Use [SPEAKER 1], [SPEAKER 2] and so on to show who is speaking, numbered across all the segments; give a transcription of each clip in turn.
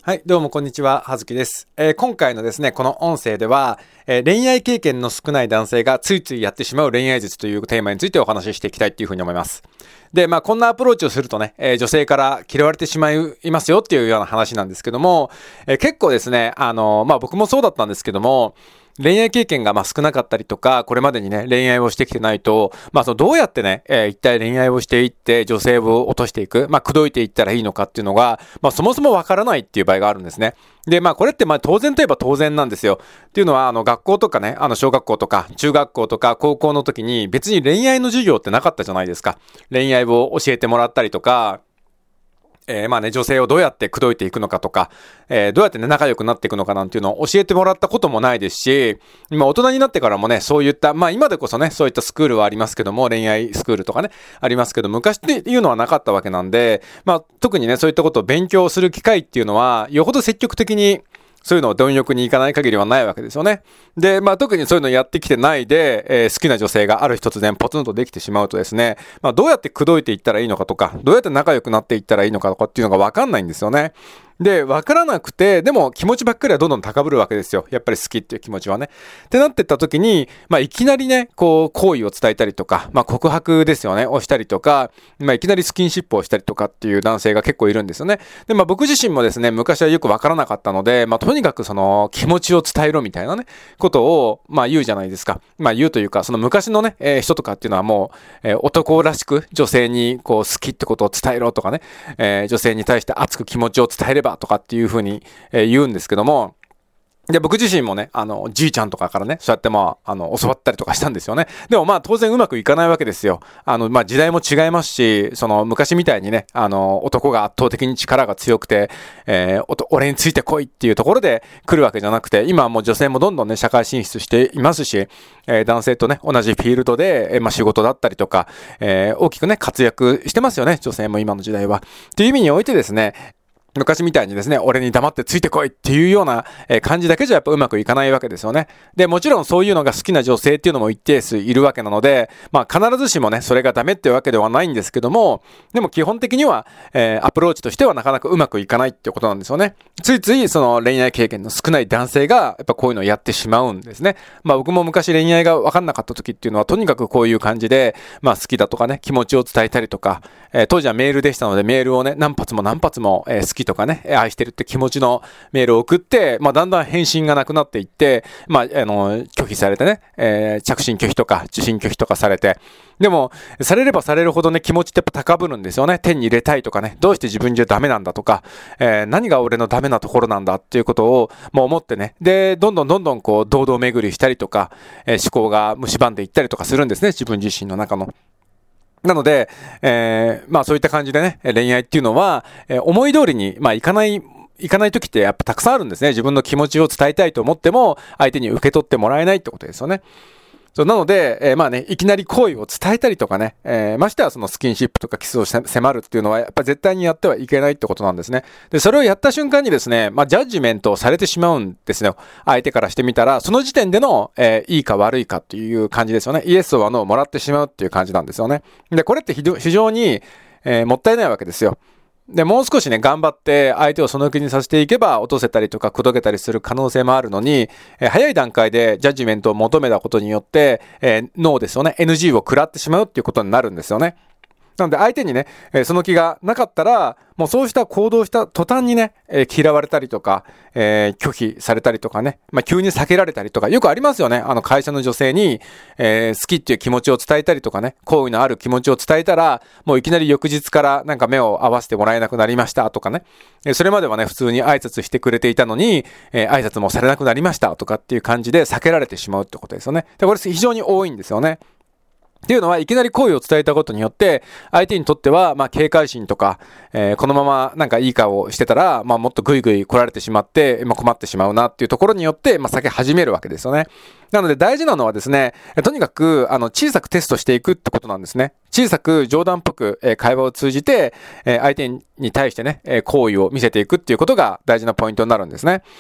[SPEAKER 1] はい、どうもこんにちは、はずきです。今回のですね、この音声では、恋愛経験の少ない男性がついついやってしまう恋愛術というテーマについてお話ししていきたいというふうに思います。で、こんなアプローチをするとね、女性から嫌われてしまいますよっていうような話なんですけども、結構ですね、僕もそうだったんですけども、恋愛経験が少なかったりとか、これまでにね、恋愛をしてきてないと、どうやってね、一体恋愛をしていって女性を落としていく、口説いていったらいいのかっていうのが、そもそもわからないっていう場合があるんですね。で、これって当然といえば当然なんですよ。っていうのは、学校とかね、小学校とか、中学校とか、高校の時に別に恋愛の授業ってなかったじゃないですか。恋愛を教えてもらったりとか、女性をどうやって口説いていくのかとか、どうやってね、仲良くなっていくのかなんていうのを教えてもらったこともないですし、今大人になってからもね、そういった、今でこそね、そういったスクールはありますけども、恋愛スクールとかね、ありますけど、昔っていうのはなかったわけなんで、特にね、そういったことを勉強する機会っていうのは、よほど積極的に、そういうのを貪欲に行かない限りはないわけですよね。で、特にそういうのやってきてないで、好きな女性がある日突然ポツンとできてしまうとですね、どうやって口説いていったらいいのかとか、どうやって仲良くなっていったらいいのかとかっていうのがわかんないんですよね。で、わからなくて、でも気持ちばっかりはどんどん高ぶるわけですよ。やっぱり好きっていう気持ちはね。ってなってった時に、いきなりね、好意を伝えたりとか、告白ですよね、をしたりとか、いきなりスキンシップをしたりとかっていう男性が結構いるんですよね。で、僕自身もですね、昔はよくわからなかったので、とにかくその気持ちを伝えろみたいなね、ことを、言うじゃないですか。言うというか、その昔のね、人とかっていうのはもう、男らしく女性に好きってことを伝えろとかね、女性に対して熱く気持ちを伝えればとかっていう風に言うんですけども、で、僕自身もね、じいちゃんとかからね、そうやって教わったりとかしたんですよね。でも当然うまくいかないわけですよ。時代も違いますし、その昔みたいにね、男が圧倒的に力が強くて、俺についてこいっていうところで来るわけじゃなくて、今はもう女性もどんどんね、社会進出していますし、男性とね、同じフィールドで、仕事だったりとか、大きくね、活躍してますよね、女性も今の時代は。っていう意味においてですね、昔みたいにですね、俺に黙ってついてこいっていうような感じだけじゃやっぱうまくいかないわけですよね。で、もちろんそういうのが好きな女性っていうのも一定数いるわけなので、必ずしもね、それがダメっていうわけではないんですけども、でも基本的には、アプローチとしてはなかなかうまくいかないっていうことなんですよね。ついついその恋愛経験の少ない男性がやっぱこういうのをやってしまうんですね。僕も昔恋愛が分かんなかった時っていうのはとにかくこういう感じで、好きだとかね、気持ちを伝えたりとか、当時はメールでしたのでメールをね、何発も好きとかね、愛してるって気持ちのメールを送って、だんだん返信がなくなっていって、拒否されてね、着信拒否とか受信拒否とかされて、でも、されればされるほどね、気持ちってやっぱ高ぶるんですよね。手に入れたいとかね、どうして自分じゃダメなんだとか、何が俺のダメなところなんだっていうことを、思ってね、で、どんどん堂々巡りしたりとか、思考が蝕んでいったりとかするんですね、自分自身の中の。なので、そういった感じでね、恋愛っていうのは、思い通りに、いかない時ってやっぱたくさんあるんですね。自分の気持ちを伝えたいと思っても、相手に受け取ってもらえないってことですよね。なので、いきなり好意を伝えたりとかね、ましてはそのスキンシップとかキスを迫るっていうのは、やっぱ絶対にやってはいけないってことなんですね。で、それをやった瞬間にですね、ジャッジメントをされてしまうんですよ。相手からしてみたら、その時点での、いいか悪いかっていう感じですよね。イエスはノーをもらってしまうっていう感じなんですよね。で、これって非常に、もったいないわけですよ。で、もう少しね、頑張って相手をその気にさせていけば落とせたりとか口説けたりする可能性もあるのに、早い段階でジャッジメントを求めたことによって、ノーですよね。NG を食らってしまうっていうことになるんですよね。なので相手にね、その気がなかったら、もうそうした行動した途端にね、嫌われたりとか、拒否されたりとかね、急に避けられたりとか、よくありますよね。会社の女性に、好きっていう気持ちを伝えたりとかね、好意のある気持ちを伝えたら、もういきなり翌日からなんか目を合わせてもらえなくなりましたとかね、それまではね、普通に挨拶してくれていたのに、挨拶もされなくなりましたとかっていう感じで避けられてしまうってことですよね。で、これ非常に多いんですよね。っていうのは、いきなり好意を伝えたことによって、相手にとっては、警戒心とか、このままなんかいい顔をしてたら、もっとグイグイ来られてしまって、困ってしまうなっていうところによって、避け始めるわけですよね。なので大事なのはですね、とにかく、小さくテストしていくってことなんですね。小さく冗談っぽく、会話を通じて、相手に対してね、好意を見せていくっていうことが大事なポイントになるんですね。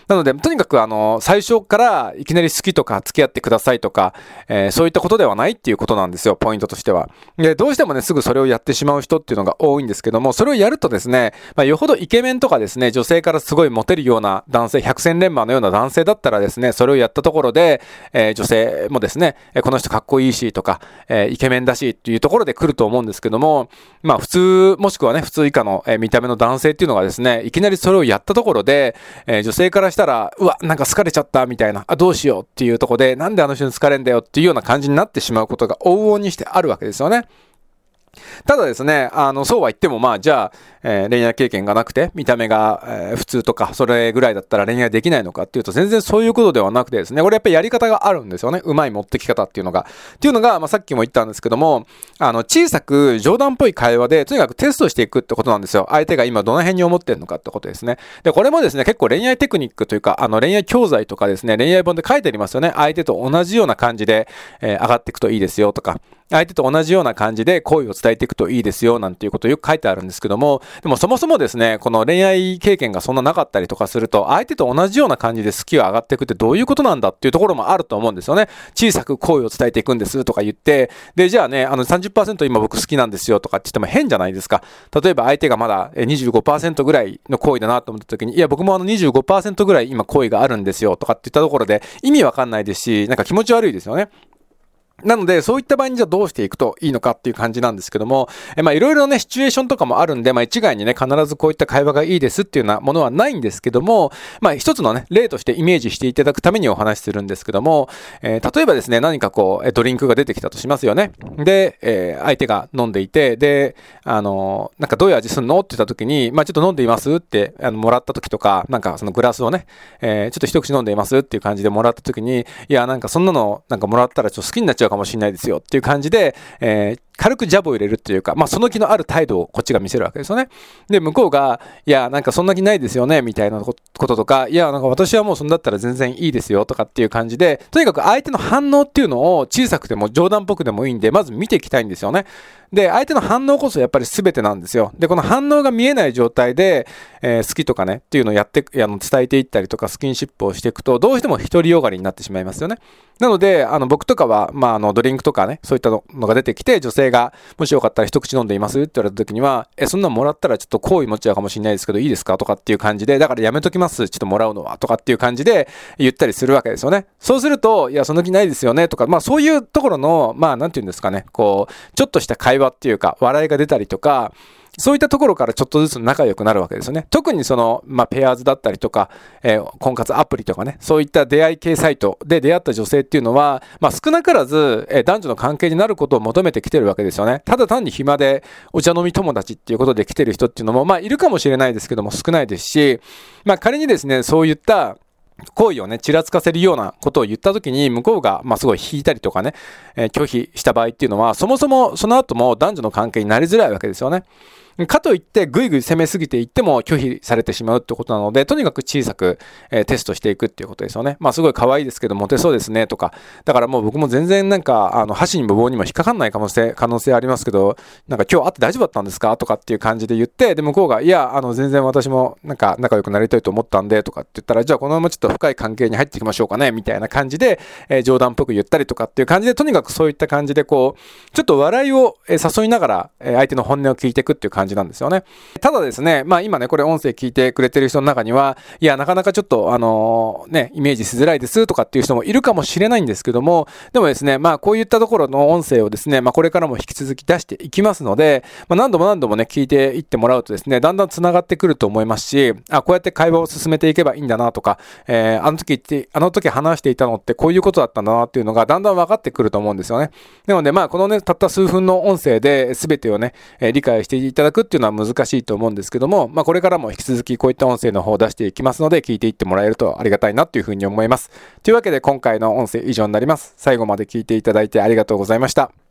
[SPEAKER 1] なので、とにかく最初からいきなり好きとか付き合ってくださいとか、そういったことではないっていうことなんですよ、ポイントとしては。で、どうしてもね、すぐそれをやってしまう人っていうのが多いんですけども、それをやるとですね、よほどイケメンとかですね、女性からすごいモテるような男性、百戦錬磨のような男性だったらですね、それをやったところで、女性もですね、この人かっこいいしとか、イケメンだしっていうところで来ると思うんですけども、普通、もしくはね、普通以下の、見た目の男性っていうのがですね、いきなりそれをやったところで、女性からしたら、うわ、なんか好かれちゃったみたいな、どうしようっていうところで、なんであの人に好かれんだよっていうような感じになってしまうことが往々にしてあるわけですよね。ただですね、そうは言っても、じゃあ、恋愛経験がなくて、見た目が、普通とか、それぐらいだったら恋愛できないのかっていうと、全然そういうことではなくてですね、これやっぱりやり方があるんですよね。うまい持ってき方っていうのが。っていうのが、さっきも言ったんですけども、小さく冗談っぽい会話で、とにかくテストしていくってことなんですよ。相手が今どの辺に思ってるのかってことですね。で、これもですね、結構恋愛テクニックというか、恋愛教材とかですね、恋愛本で書いてありますよね。相手と同じような感じで、上がっていくといいですよとか、相手と同じような感じで好意を伝えていくといいですよなんていうことをよく書いてあるんですけども、でもそもそもですね、この恋愛経験がそんななかったりとかすると、相手と同じような感じで好きが上がっていくってどういうことなんだっていうところもあると思うんですよね。小さく好意を伝えていくんですとか言って、で、じゃあね、30% 今僕好きなんですよとかって言っても変じゃないですか。例えば相手がまだ 25% ぐらいの好意だなと思った時に、いや僕も25% ぐらい今好意があるんですよとかって言ったところで意味わかんないですし、なんか気持ち悪いですよね。なので、そういった場合にじゃあどうしていくといいのかっていう感じなんですけども、いろいろね、シチュエーションとかもあるんで、一概にね、必ずこういった会話がいいですっていうようなものはないんですけども、一つのね、例としてイメージしていただくためにお話しするんですけども、例えばですね、何かこう、ドリンクが出てきたとしますよね。で、相手が飲んでいて、で、なんかどういう味すんのって言った時に、ちょっと飲んでいますって、もらった時とか、なんかそのグラスをね、ちょっと一口飲んでいますっていう感じでもらった時に、いや、なんかそんなの、なんかもらったらちょっと好きになっちゃうかもしれないですよっていう感じで、軽くジャブを入れるっていうか、その気のある態度をこっちが見せるわけですよね。で、向こうが、いや、なんかそんな気ないですよね、みたいなこととか、いや、なんか私はもうそんだったら全然いいですよ、とかっていう感じで、とにかく相手の反応っていうのを小さくても冗談っぽくでもいいんで、まず見ていきたいんですよね。で、相手の反応こそやっぱり全てなんですよ。で、この反応が見えない状態で、好きとかね、っていうのを伝えていったりとか、スキンシップをしていくと、どうしても独りよがりになってしまいますよね。なので、僕とかは、ドリンクとかね、そういったのが出てきて、女性が、もしよかったら一口飲んでいますって言われた時には、そんなのもらったらちょっと好意持っちゃうかもしれないですけど、いいですかとかっていう感じで、だからやめときます、ちょっともらうのは、とかっていう感じで言ったりするわけですよね。そうすると、いや、その気ないですよね、とか、そういうところの、なんていうんですかね、こう、ちょっとした会話っていうか、笑いが出たりとか、そういったところからちょっとずつ仲良くなるわけですよね。特にその、ペアーズだったりとか、婚活アプリとかね、そういった出会い系サイトで出会った女性っていうのは、少なからず、男女の関係になることを求めてきてるわけですよね。ただ単に暇でお茶飲み友達っていうことで来てる人っていうのも、いるかもしれないですけども少ないですし、仮にですね、そういった好意をね、ちらつかせるようなことを言ったときに、向こうが、すごい引いたりとかね、拒否した場合っていうのは、そもそもその後も男女の関係になりづらいわけですよね。かといってぐいぐい攻めすぎていっても拒否されてしまうってことなので、とにかく小さく、テストしていくっていうことですよね。すごい可愛いですけどモテそうですねとか、だからもう僕も全然なんか箸にも棒にも引っかかんない可能性ありますけど、なんか今日会って大丈夫だったんですかとかっていう感じで言って、で向こうがいや全然私もなんか仲良くなりたいと思ったんでとかって言ったら、じゃあこのままちょっと深い関係に入っていきましょうかねみたいな感じで、冗談っぽく言ったりとかっていう感じで、とにかくそういった感じでこうちょっと笑いを誘いながら相手の本音を聞いていくっていう感じなんですよね。ただですね、今ねこれ音声聞いてくれてる人の中には、いやなかなかちょっとイメージしづらいですとかっていう人もいるかもしれないんですけども、でもですね、こういったところの音声をですね、これからも引き続き出していきますので、何度もね聞いていってもらうとですね、だんだん繋がってくると思いますし、こうやって会話を進めていけばいいんだなとか、あの時話していたのってこういうことだったんだなっていうのがだんだん分かってくると思うんですよね。なのでこのねたった数分の音声で全てをね、理解していただくっていうのは難しいと思うんですけども、これからも引き続きこういった音声の方を出していきますので、聞いていってもらえるとありがたいなというふうに思います。というわけで今回の音声以上になります。最後まで聞いていただいてありがとうございました。